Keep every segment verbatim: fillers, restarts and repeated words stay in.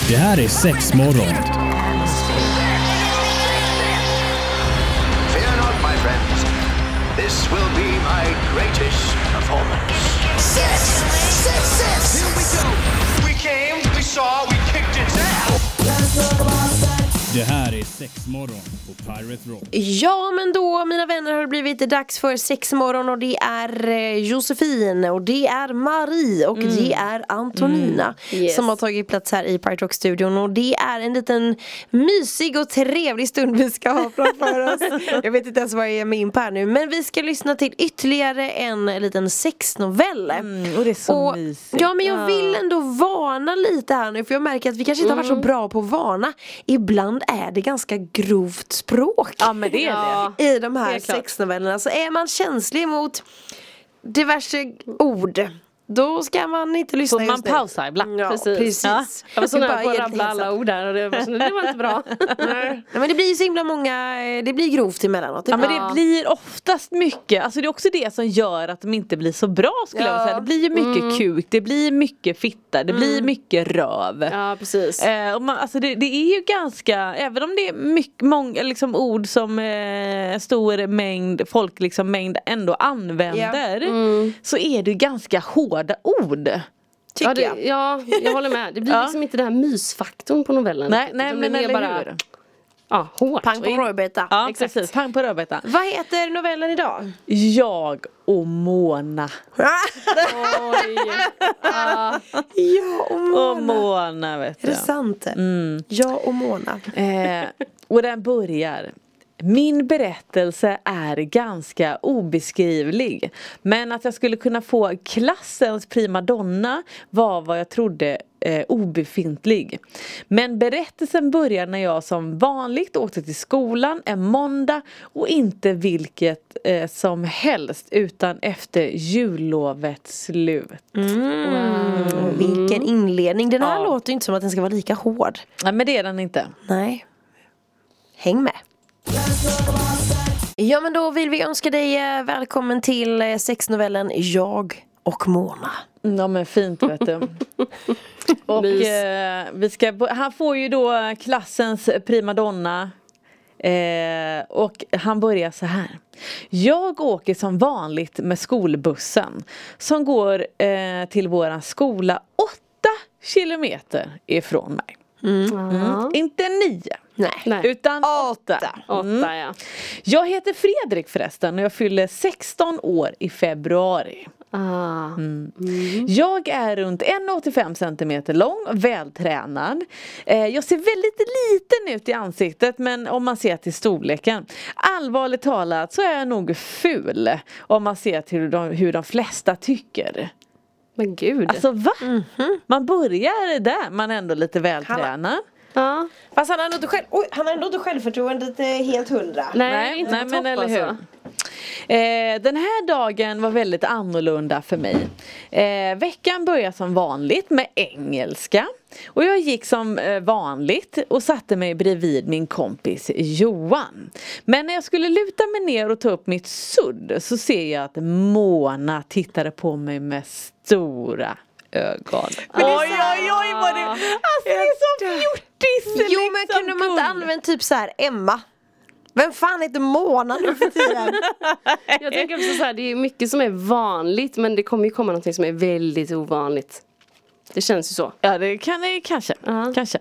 Det här är sex morgon. Fear not, my friends. This will be my greatest performance. Six! Six, six! Here we go. We came, we saw, we kicked its ass. Let's talk about sex. Det här är sex morgon på Pirate Rock. Ja, men då, mina vänner, har det blivit dags för sex morgon. Och det är eh, Josefin, och det är Marie, och mm. det är Antonina mm. yes. som har tagit plats här i Pirate Rock-studion. Och det är en liten mysig och trevlig stund vi ska ha framför oss. Jag vet inte ens vad jag är med in på här nu. Men vi ska lyssna till ytterligare en liten sexnovell. Mm, och det är så och, mysigt. Ja, men jag vill ändå varna lite här nu, för jag märker att vi kanske inte har varit så bra på att varna. Ibland är det ganska grovt språk. Ja, men det är ja. det. I de här sexnovellerna. Så är man känslig mot diverse ord, då ska man inte lyssna. Får man pausa ibland. Ja, precis, precis. Ja. Jag var så nära på att rabbla alla ord där, och det var, så, det var inte bra. Nej, men det blir så himla många. Det blir grovt emellanåt. Ja, men det blir oftast mycket. Alltså det är också det som gör att de inte blir så bra, skulle ja. jag säga. Det blir ju mycket mm. kuk, det blir mycket fitta, det mm. blir mycket röv. Ja, precis. eh, och man, alltså det, det är ju ganska, även om det är mycket, många liksom, ord som eh, stor mängd folk liksom, mängd ändå använder, ja. mm. så är det ju ganska hårda ord. Ja, det, ja, jag håller med. Det blir ja. liksom inte den här mysfaktorn på novellen. Nej, nej, men eller bara, hur? Ja, hårt. Pang på rödbeta. Ja, exakt. Precis. Pang på rödbeta. Vad heter novellen idag? Jag och Mona. Oj. Ja, jag och Mona. Och Mona, vet du. Är det sant? Mm. Jag och Mona. Eh, och den börjar. Min berättelse är ganska obeskrivlig, men att jag skulle kunna få klassens primadonna var vad jag trodde eh, obefintlig. Men berättelsen börjar när jag som vanligt åkte till skolan en måndag, och inte vilket eh, som helst, utan efter jullovets slut. Mm. Wow. Vilken inledning. Den här ja. låter ju inte som att den ska vara lika hård. Nej, men det är den inte. Nej. Häng med. Ja, men då vill vi önska dig välkommen till sexnovellen Jag och Mona. Ja, men fint, vet du. Och eh, vi ska, han får ju då klassens primadonna. Eh, och han börjar så här. Jag åker som vanligt med skolbussen som går eh, till våran skola åtta kilometer ifrån mig. Mm. Mm. Inte nio. Nej. Utan åtta. Mm. åtta ja. Jag heter Fredrik förresten, och jag fyller sexton år i februari. Ah. Mm. Mm. Jag är runt en komma åttiofem centimeter lång, vältränad. Eh, jag ser väldigt liten ut i ansiktet, men om man ser till storleken. Allvarligt talat så är jag nog ful, om man ser till hur de, hur de flesta tycker. Men gud. Alltså va? Mm-hmm. Man börjar där, man är ändå lite vältränad. Ja. Fast han har ändå inte, själv, oj, han har ändå inte självförtroendet helt hundra. Nej, nej, inte nej på men topp, eller hur. alltså. Eh, den här dagen var väldigt annorlunda för mig. Eh, veckan började som vanligt med engelska. Och jag gick som eh, vanligt och satte mig bredvid min kompis Johan. Men när jag skulle luta mig ner och ta upp mitt sudd, så ser jag att Mona tittade på mig med stora ögon. Men oj, oj, oj, vad det, alltså det är så fjortis. Jo, men liksom, kunde man inte använda typ så här Emma? Vem fan heter Mona nu för tiden? Jag tänker också så här, det är mycket som är vanligt, men det kommer ju komma något som är väldigt ovanligt. Det känns ju så. Ja, det kan det kanske. Uh-huh. Kanske.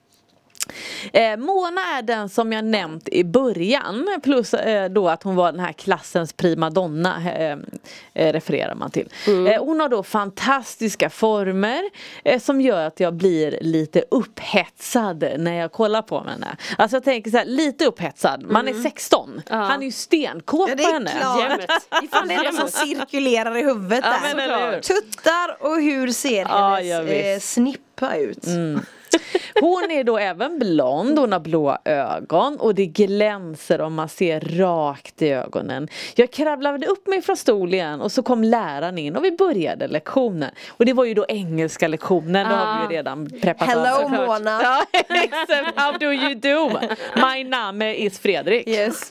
Eh, Mona är den som jag nämnt i början, plus eh, då att hon var den här klassens primadonna, eh, eh, refererar man till. Mm. Eh, hon har då fantastiska former eh, som gör att jag blir lite upphetsad när jag kollar på henne. Alltså jag tänker så här, lite upphetsad. Man är sexton. Uh-huh. Han är ju stenkåt ja, på henne. Ifall det är något som cirkulerar i huvudet ja, där. men, eller hur? Tuttar, och hur ser ja, hennes eh, snippa ut? Mm. Hon är då även blond, hon har blå ögon och det glänser om man ser rakt i ögonen. Jag kravlade upp mig från stolen och så kom läraren in och vi började lektionen. Och det var ju då engelska lektionen, då ah. har vi ju redan preppat. Hello Mona. Ja, exakt. How do you do? My name is Fredrik. Yes.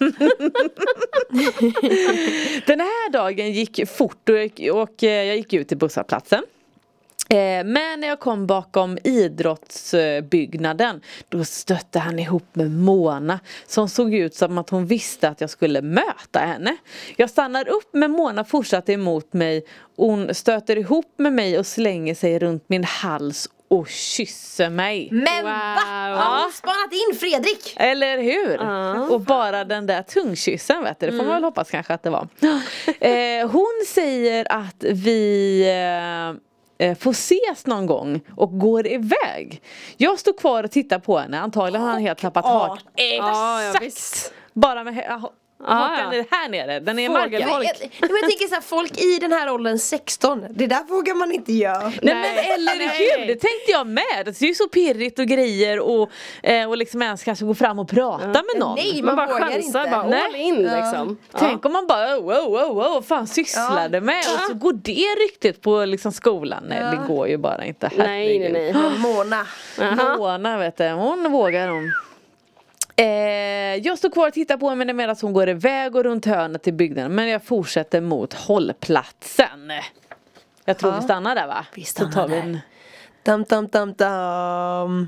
Den här dagen gick fort och, och jag gick ut till busshållplatsen. Eh, men när jag kom bakom idrottsbyggnaden, då stötte han ihop med Mona, som såg ut som att hon visste att jag skulle möta henne. Jag stannar upp, men Mona fortsatte emot mig. Hon stöter ihop med mig och slänger sig runt min hals och kysser mig. Men Wow. va? Har hon spanat in Fredrik? Eller hur? Ja. Och bara den där tungkyssen, vet du, det får man väl hoppas kanske att det var. eh, Hon säger att vi eh, får ses någon gång och går iväg. Jag står kvar och tittar på henne. Antagligen har han helt tappat hak. Ja, ja, Exakt. visst. Bara med he- hakan ja. är här nere. Den är i Fågelholk. marken. Jag, jag, jag, jag tänker så här, folk i den här åldern sexton, det där vågar man inte göra. Nej, men eller hur, det tänkte jag med. Det är ju så pirrigt och grejer och, eh, och liksom ens kanske gå fram och prata med någon. Nej, Man, man, bara vågar chansar, inte. bara Nej. all in liksom. Ja. Tänk om man bara wow, wow, wow, fan sysslade med och så går det riktigt på liksom skolan. Nej, det går ju bara inte. Nej, nej, nej. Mona. Aha. Mona, vet du, hon vågar hon. Eh, jag står kvar och tittar på henne medan hon går iväg och runt hörnet till byggnaden. Men jag fortsätter mot hållplatsen. Jag tror Ja. vi stannar där, va? Vi Så stannar tar vi där. en... Dum, dum, dum, dum.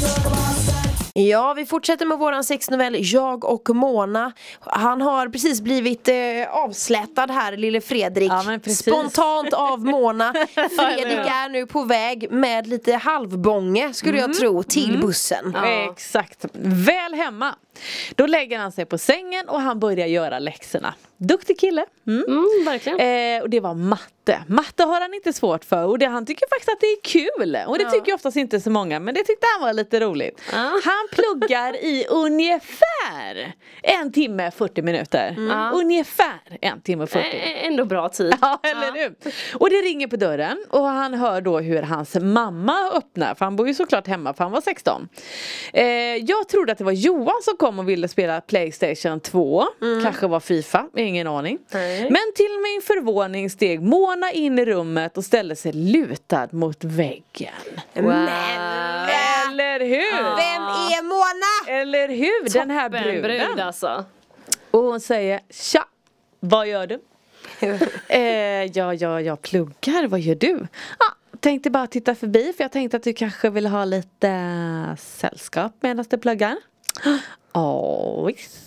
Ja, vi fortsätter med våran sexnovell Jag och Mona. Han har precis blivit eh, avslätad här, lille Fredrik. Ja, men precis. Spontant av Mona. Fredrik är nu på väg med lite halvbånge, skulle jag tro, till bussen. Ja. Exakt, väl hemma. Då lägger han sig på sängen och han börjar göra läxorna. Duktig kille. Mm. Mm, verkligen. Eh, och det var matte. Matte har han inte svårt för. Och det, han tycker faktiskt att det är kul. Och det tycker oftast inte så många. Men det tyckte han var lite roligt. Ja. Han pluggar i ungefär en timme fyrtio minuter. Ja. Ungefär en timme fyrtio. Ä- Ändå bra tid. Ja, eller hur? Och det ringer på dörren. Och han hör då hur hans mamma öppnar. För han bor ju såklart hemma, för han var sexton. eh, Jag trodde att det var Johan som kom och ville spela PlayStation två. Kanske var FIFA, ingen aning. Nej. Men till min förvåning steg Mona in i rummet och ställde sig lutad mot väggen. Wow. Eller hur? Vem är Mona? Eller hur? Den här Toppen bruden. brud alltså. Och hon säger, tja, vad gör du? eh, ja, ja, jag pluggar, vad gör du? Ah, tänkte bara titta förbi, för jag tänkte att du kanske vill ha lite sällskap medan du pluggar. Ja, visst.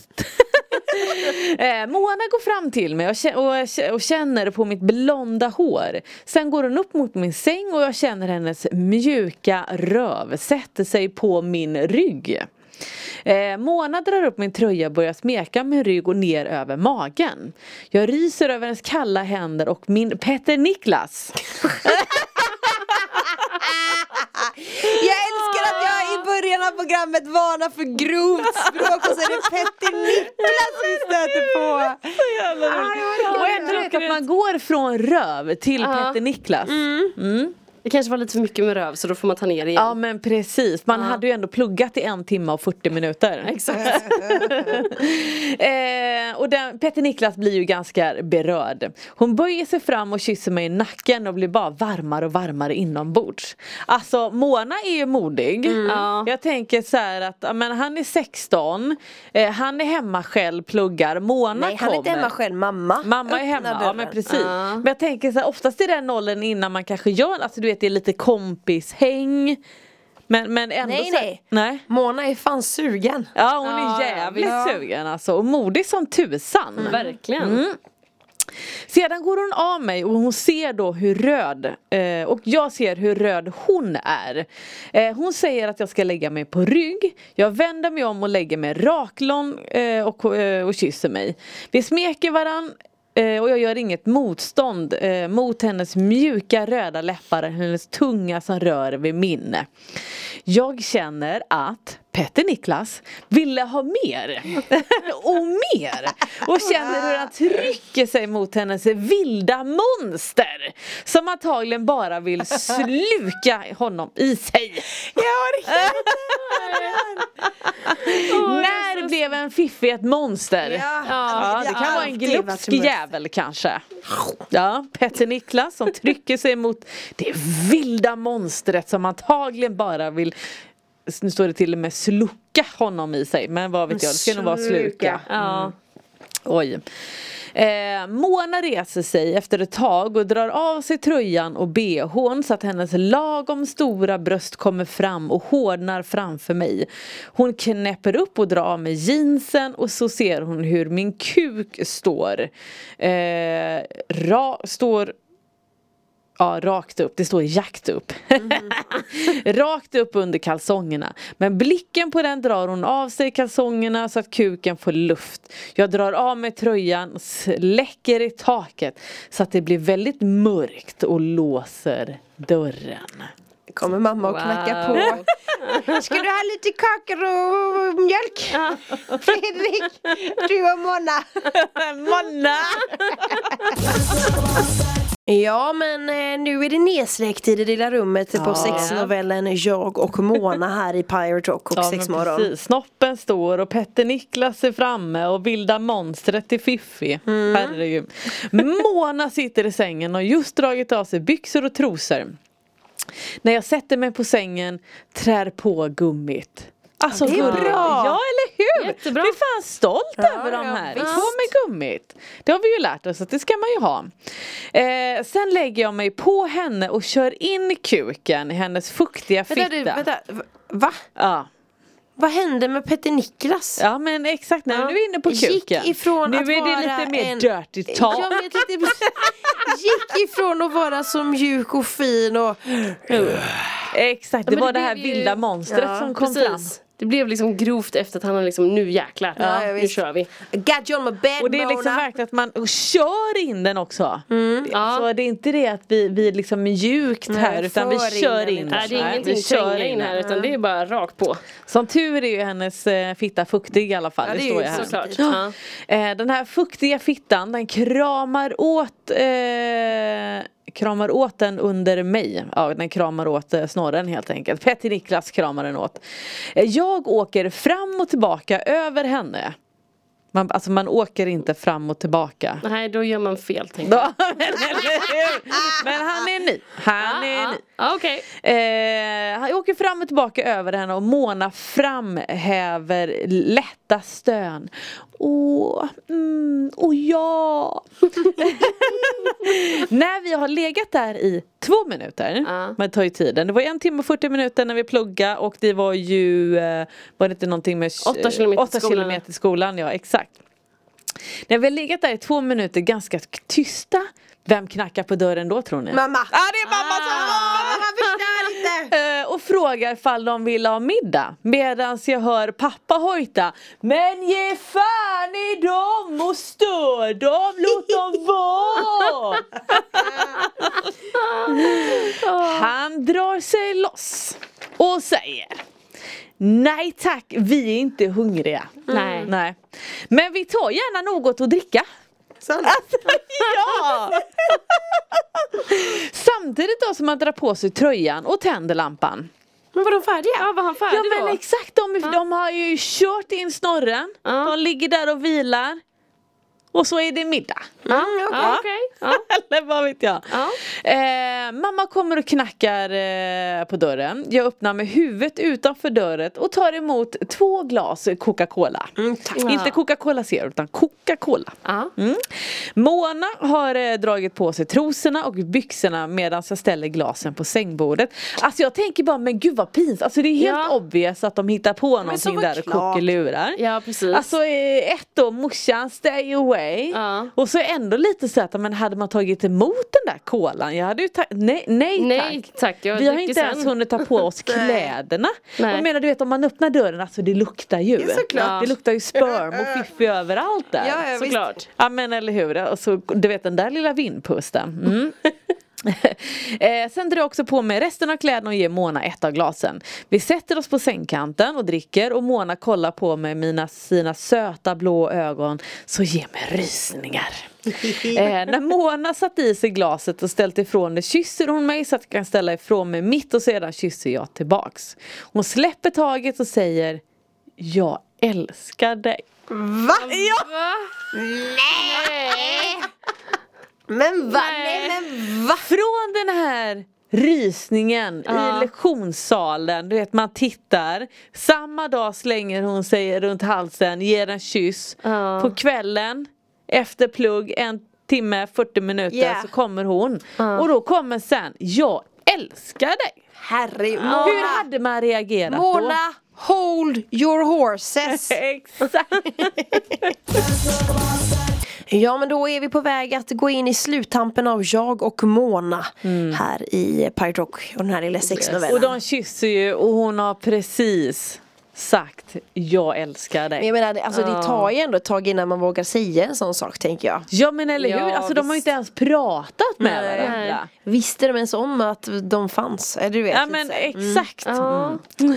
eh, Mona går fram till mig och, kä- och, och känner på mitt blonda hår. Sen går hon upp mot min säng och jag känner hennes mjuka röv sätter sig på min rygg. Eh, Mona drar upp min tröja och börjar smeka min rygg och ner över magen. Jag ryser över hennes kalla händer och min Petter Niklas. Jag älskar att jag i början av programmet varnar för grovt språk och så är det Petter Niklas vi stöter på. Och ändå vet att man går från röv till Ja. Petter Niklas. Mm. Det kanske var lite för mycket med röv, så då får man ta ner det igen. Ja, men precis. Man hade ju ändå pluggat i en timme och fyrtio minuter. Exakt. eh, och den, Petter Niklas blir ju ganska berörd. Hon böjer sig fram och kysser mig i nacken och blir bara varmare och varmare inombords. Alltså, Mona är ju modig. Ja. Jag tänker så här att ja, men han är sexton. Eh, han är hemma själv, pluggar. Mona Nej, han kommer. är inte hemma själv, mamma. Mamma är Öppna hemma, ja dörren. men precis. Ja. Men jag tänker så här, oftast i den åldern innan man kanske gör, alltså du vet, det är lite kompishäng. Men, men ändå Nej, så här, nej. nej. Mona är fan sugen. Ja, hon Ja, är ja, jävligt ja. sugen alltså. Och modig som tusan. Verkligen. Mm. Sedan går hon av mig och hon ser då hur röd eh, och jag ser hur röd hon är. Eh, hon säger att jag ska lägga mig på rygg. Jag vänder mig om och lägger mig raklång eh, och, eh, och kysser mig. Vi smeker varann. Eh, och jag gör inget motstånd eh, mot hennes mjuka röda läppar, hennes tunga som rör vid min. Jag känner att Petter Niklas ville ha mer och mer och känner hur han trycker sig mot hennes vilda monster som antagligen bara vill sluka honom i sig. När blev en fiffi ett monster? Ja. Ja, det kan vara en glupsk jävel kanske. Ja, Petter Niklas som trycker sig mot det vilda monstret som antagligen bara vill, nu står det till och med sluka honom i sig, men vad vet jag, det ska nog vara sluka. Ja. Oj. Eh, Mona reser sig efter ett tag och drar av sig tröjan och behån så att hennes lagom stora bröst kommer fram och hårdnar framför mig. Hon knäpper upp och drar av med jeansen och så ser hon hur min kuk står. Eh, ra, står Ja, rakt upp. Det står jakt upp. Mm. Rakt upp under kalsongerna. Men blicken på den drar hon av sig kalsongerna så att kuken får luft. Jag drar av mig tröjan, släcker i taket så att det blir väldigt mörkt och låser dörren. Kommer mamma och knackar Wow. på. Ska du ha lite kakor och mjölk? Ja. Fredrik, du och Mona. Mona! Ja, men eh, nu är det nedsläckt i det lilla rummet Ja. på sexnovellen Jag och Mona här i Pirate Rock och Ja, sexmorgon. precis. Snoppen står och Petter Niklas är framme och vilda monstret är Fiffi. Mm. Herregud. Mona sitter i sängen och just dragit av sig byxor och trosor. När jag sätter mig på sängen trär på gummit. Alltså, det är gulligt. bra. Ja, eller hur? Jättebra. Vi är fan stolt Ja, över de ja, här. visst. På med gummit. Det har vi ju lärt oss att det ska man ju ha. Eh, sen lägger jag mig på henne och kör in kuken i hennes fuktiga fitta. Vänta, du, vänta. v- Va? Ja. Vad hände med Petter Niklas? Ja, men exakt, när Ja. du är inne på kuken. Gick ifrån nu att är det vara lite mer en- dirty talk. Ja, men lite, gick ifrån att vara så mjuk och fin och... Exakt, det men var det det här blev ju- vilda monstret Ja, som kom Precis. fram. Det blev liksom grovt efter att han har liksom, nu jäklar, Ja, ja, nu visst. kör vi. I got you on my bed, Och det är liksom Mona. verkligen att man och kör in den också. Ja. Så det är inte det att vi, vi liksom mjukt här, Nej, utan vi för kör in den in inte. Nej, det är Nej, ingenting vi kör tränga in här den. utan det är bara rakt på. Som tur är ju hennes eh, fitta fuktig i alla fall. Ja, det det är står ju jag här. Såklart. Ja. Ja. Eh, den här fuktiga fittan, den kramar åt eh, kramar åt den under mig. Ja, den kramar åt eh, snorren helt enkelt. Petter Niklas kramar den åt. Eh, jag åker fram och tillbaka över henne. Man, alltså man åker inte fram och tillbaka. Nej, då gör man fel, tänker jag. Då, men, eller hur? Men han är ny. Han är Ja, ny. ja, okej. Eh, han åker fram och tillbaka över henne och Mona framhäver lätta stön. Åh, mm, åh ja. När vi har legat där i två minuter, Ja. men det tar ju tiden. Det var en timme och fyrtio minuter när vi pluggade och det var ju, eh, var det inte någonting med Åtta kilometer åtta till skolan. kilometer till skolan, ja exakt. När vi har legat där i två minuter ganska tysta, vem knackar på dörren då tror ni? Mamma. Ja, det är mamma som Mamma förstör inte. Eh, och frågar ifall de vill ha middag. Medan jag hör pappa hojta: men ge fan i dem och stör dem, låt dem vara. Han drar sig loss och säger: nej tack, vi är inte hungriga. Nej. Nej. Men vi tar gärna något att dricka. Sån. Ja! Samtidigt då som man drar på sig tröjan och tänder lampan. Men var de färdiga? Ja, var han färdig Ja men då? exakt, de, de har ju kört in snorren. Ja. De ligger där och vilar. Och så är det middag. Ja, ja, okej. Ja. Eller vad vet jag. Ja. Eh, mamma kommer och knackar eh, på dörren. Jag öppnar med huvudet utanför dörren och tar emot två glas Coca-Cola. Mm, tack. Inte Coca-Cola Zero utan Coca-Cola. Ja. Mm. Mona har eh, dragit på sig trosorna och byxorna medan jag ställer glasen på sängbordet. Alltså jag tänker bara, men gud vad pinsamt. Alltså det är helt Ja. obvious att de hittar på så någonting var där och klart. kuckelurar. Ja, precis. Alltså eh, ett då, morsan stay away. Ja. Och så ändå lite så att, men hade man tagit emot den där kolan? Jag hade ju ta- nej, nej tack. Nej tack, jag Vi har dricker inte sen. ens hunnit ta på oss kläderna. Nej. Och menar du vet, om man öppnar dörren, alltså det luktar ju. Ja, såklart. Det luktar ju sperm och fiffi överallt där. Ja, ja, visst. Såklart. Ja men eller hur, och så, du vet den där lilla vindpusten. Mm. eh, sen drar jag också på mig resten av kläderna och ger Mona ett av glasen. Vi sätter oss på sängkanten och dricker och Mona kollar på mig med mina, sina söta blå ögon så ger mig rysningar. eh, när Mona satt i sig glaset och ställt ifrån det kysser hon mig så att jag kan ställa ifrån mig mitt och sedan kysser jag tillbaks. Hon släpper taget och säger: jag älskar dig. Va? Ja. Va? Nej. Men va? Nej. Nej. men va? Från den här rysningen Ja. i lektionssalen. Du vet, man tittar. Samma dag slänger hon sig runt halsen, ger en kyss. Ja. På kvällen, efter plugg, en timme, fyrtio minuter Yeah. så kommer hon. Och då kommer sen, jag älskar dig. Herre, Hur Mona, hade man reagerat då? Mona, hold your horses. Exakt. Ja, men då är vi på väg att gå in i sluttampen av Jag och Mona här i Pirate Rock och den här lilla sexnovellan. Och de kysser ju och hon har precis sagt jag älskar dig. Men jag menar, det- alltså, det tar ju ändå ett tag innan man vågar säga en sån sak, tänker jag. Ja, men eller hur? Ja, Alltså de har ju visst. inte ens pratat med Nej. varandra. Visste de ens om att de fanns? Eller du vet, Ja, lite men så här. exakt. Ja.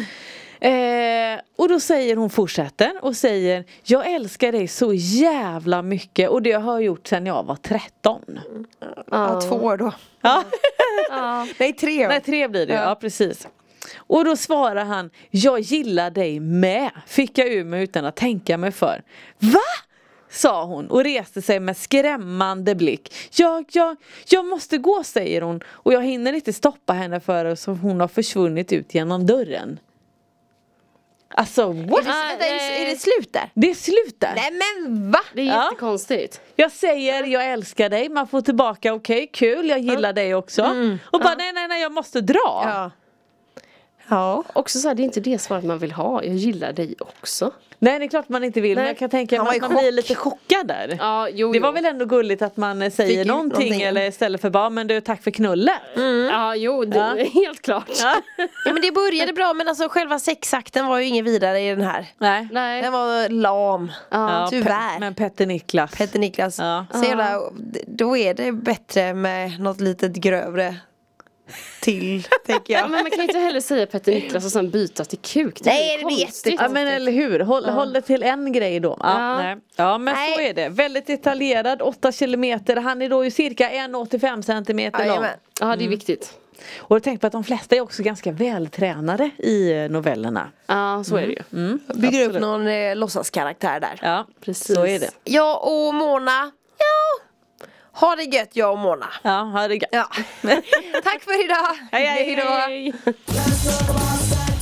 Eh, och då säger hon, fortsätter och säger jag älskar dig så jävla mycket och det har jag gjort sedan jag var tretton. Ja, två år då. Ja. Nej, tre år. Nej, tre blir det, ja. ja precis. Och då svarar han, jag gillar dig med, fick jag ur mig utan att tänka mig för. Va? Sa hon och reste sig med skrämmande blick. Jag, jag, jag måste gå, säger hon. Och jag hinner inte stoppa henne för så hon har försvunnit ut genom dörren. Alltså, what? Är det, vänta, är, det, är det slut där? Det är slut där. Nej men va? Det är Ja. jättekonstigt. Jag säger, jag älskar dig. Man får tillbaka, okej, kul, jag gillar dig också. Och bara, nej, nej, nej, jag måste dra. Ja. Ja. Också så här, det är inte det svaret man vill ha. Jag gillar dig också. Nej, det är klart man inte vill. Men Nej. jag kan tänka Han mig var att i man blir chock. lite chockad där. Ja, jo, Det var jo. väl ändå gulligt att man eh, säger Fick ut någonting, någonting. eller istället för bara, men du, tack för knullet. Ja, jo, det Ja. är helt klart. Ja. Ja, men det började bra, men alltså själva sexakten var ju ingen vidare i den här. Nej. Nej. Den var lam. Ja, Tyvärr. Pe- men Petter Niklas. Petter Niklas. Ja. Så jävla, då är det bättre med något litet grövre till, tänker Ja, jag. men man kan inte heller säga Petter Niklas och sen byta till kuk. Det Nej, är det blir konstigt. Ja, men eller hur, håll, håll det till en grej då. Ja, Ja. nej. Ja, men så Nej. är det. Väldigt detaljerad, åtta kilometer. Han är då ju cirka en komma åttiofem centimeter lång. Jajamän. Ja, det är viktigt. Och jag tänker på att de flesta är också ganska vältränade i eh, novellerna. Ja, så är det ju. Bygger upp någon eh, låtsaskaraktär där. Ja, Precis. så är det. Jag och Mona, ja, ha det gött jag och Mona. Ja, ha det gött. Ja. Tack för idag. Hej, hej. Hej då. Hej. Let's talk about sex.